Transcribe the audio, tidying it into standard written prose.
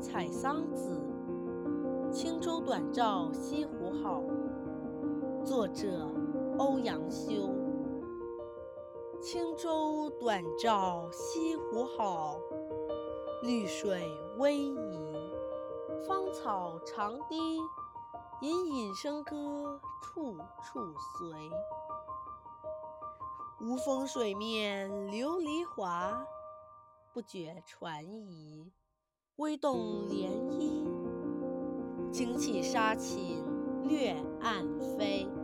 采桑子，轻舟短棹西湖好。作者欧阳修。轻舟短棹西湖好，绿水逶迤。芳草长堤，隐隐笙歌处处随。无风水面琉璃华，不觉船移，微动涟漪。惊起沙禽掠岸飞。